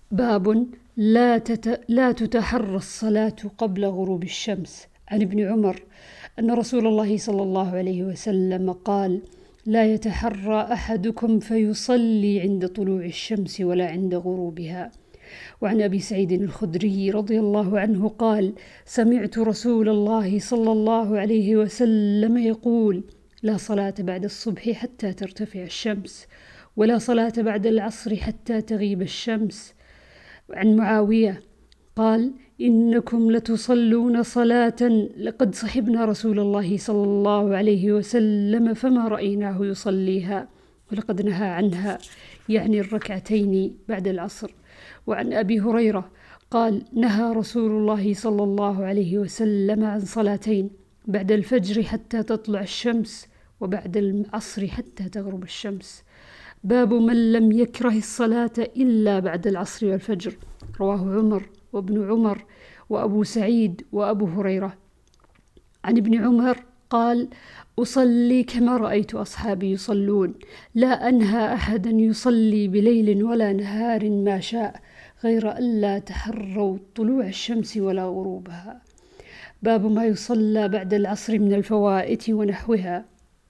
باب لا تتحرى الصلاة قبل غروب الشمس. عن ابن عمر أن رسول الله صلى الله عليه وسلم قال: لا يتحرى أحدكم فيصلي عند طلوع الشمس ولا عند غروبها. وعن أبي سعيد الخدري رضي الله عنه قال: سمعت رسول الله صلى الله عليه وسلم يقول: لا صلاة بعد الصبح حتى ترتفع الشمس، ولا صلاة بعد العصر حتى تغيب الشمس. عن معاوية قال: إنكم لتصلون صلاة لقد صحبنا رسول الله صلى الله عليه وسلم فما رأيناه يصليها، ولقد نهى عنها، يعني الركعتين بعد العصر. وعن أبي هريرة قال: نهى رسول الله صلى الله عليه وسلم عن صلاتين، بعد الفجر حتى تطلع الشمس، وبعد العصر حتى تغرب الشمس. باب من لم يكره الصلاة إلا بعد العصر والفجر. رواه عمر وابن عمر وأبو سعيد وأبو هريرة. عن ابن عمر قال: أصلي كما رأيت أصحابي يصلون، لا أنهى أحدا يصلي بليل ولا نهار ما شاء، غير ألا تحروا طلوع الشمس ولا غروبها. باب ما يصلى بعد العصر من الفوائت ونحوها.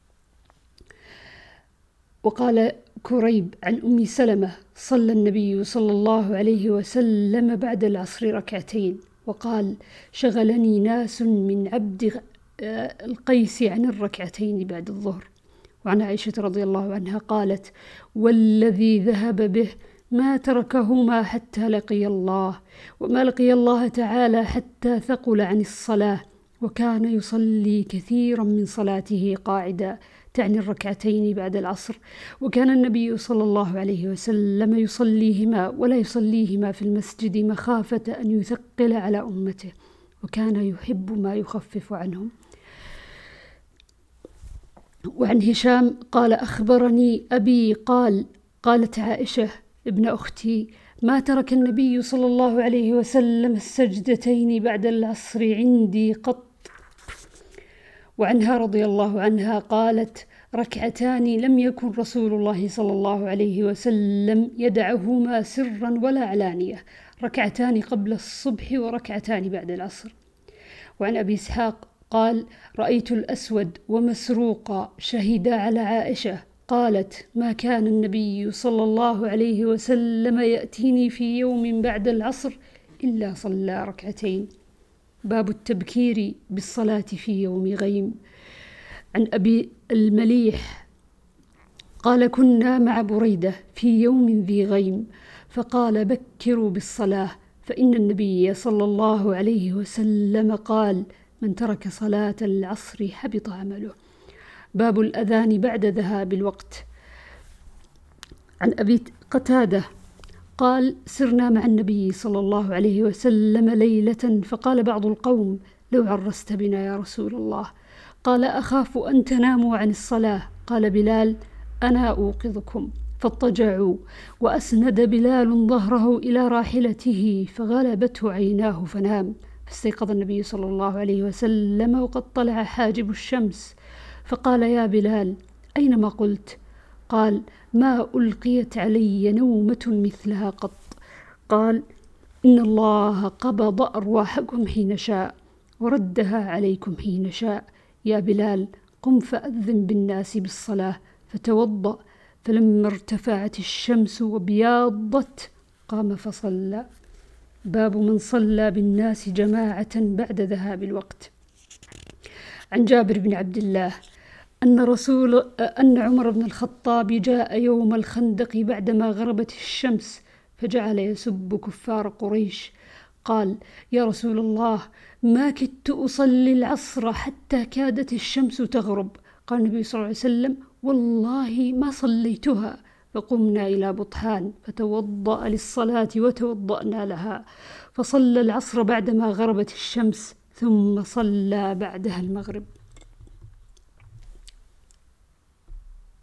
وقال كريب عن أم سلمة: صلى النبي صلى الله عليه وسلم بعد العصر ركعتين، وقال: شغلني ناس من عبد القيس عن الركعتين بعد الظهر. وعن عائشة رضي الله عنها قالت: والذي ذهب به ما تركهما حتى لقي الله، وما لقي الله تعالى حتى ثقل عن الصلاة، وكان يصلي كثيرا من صلاته قاعدا، تعني الركعتين بعد العصر، وكان النبي صلى الله عليه وسلم يصليهما ولا يصليهما في المسجد مخافة أن يثقل على أمته، وكان يحب ما يخفف عنهم. وعن هشام قال: أخبرني أبي قالت عائشة ابن أختي: ما ترك النبي صلى الله عليه وسلم السجدتين بعد العصر عندي قط. وعنها رضي الله عنها قالت: ركعتان لم يكن رسول الله صلى الله عليه وسلم يدعهما سرا ولا علانية، ركعتان قبل الصبح وركعتان بعد العصر. وعن أبي إسحاق قال: رأيت الأسود ومسروقا شهدا على عائشة قالت: ما كان النبي صلى الله عليه وسلم يأتيني في يوم بعد العصر إلا صلى ركعتين. باب التبكير بالصلاة في يوم غيم. عن أبي المليح قال: كنا مع بريدة في يوم ذي غيم، فقال: بكروا بالصلاة، فإن النبي صلى الله عليه وسلم قال: من ترك صلاة العصر حبط عمله. باب الأذان بعد ذهاب الوقت. عن أبي قتادة قال: سرنا مع النبي صلى الله عليه وسلم ليلة، فقال بعض القوم: لو عرست بنا يا رسول الله. قال: أخاف أن تناموا عن الصلاة. قال بلال: أنا أوقظكم. فاضطجعوا، وأسند بلال ظهره إلى راحلته فغلبته عيناه فنام، فاستيقظ النبي صلى الله عليه وسلم وقد طلع حاجب الشمس، فقال: يا بلال، أين ما قلت؟ قال: ما ألقيت علي نومة مثلها قط. قال: إن الله قبض أرواحكم حين شاء وردها عليكم حين شاء. يا بلال، قم فأذن بالناس بالصلاة. فتوضأ، فلما ارتفعت الشمس وبياضت قام فصلى. باب من صلى بالناس جماعة بعد ذهاب الوقت. عن جابر بن عبد الله أن عمر بن الخطاب جاء يوم الخندق بعدما غربت الشمس، فجعل يسب كفار قريش. قال: يا رسول الله، ما كدت أصلي العصر حتى كادت الشمس تغرب. قال النبي صلى الله عليه وسلم: والله ما صليتها. فقمنا إلى بطحان فتوضأ للصلاة وتوضأنا لها، فصلى العصر بعدما غربت الشمس، ثم صلى بعدها المغرب.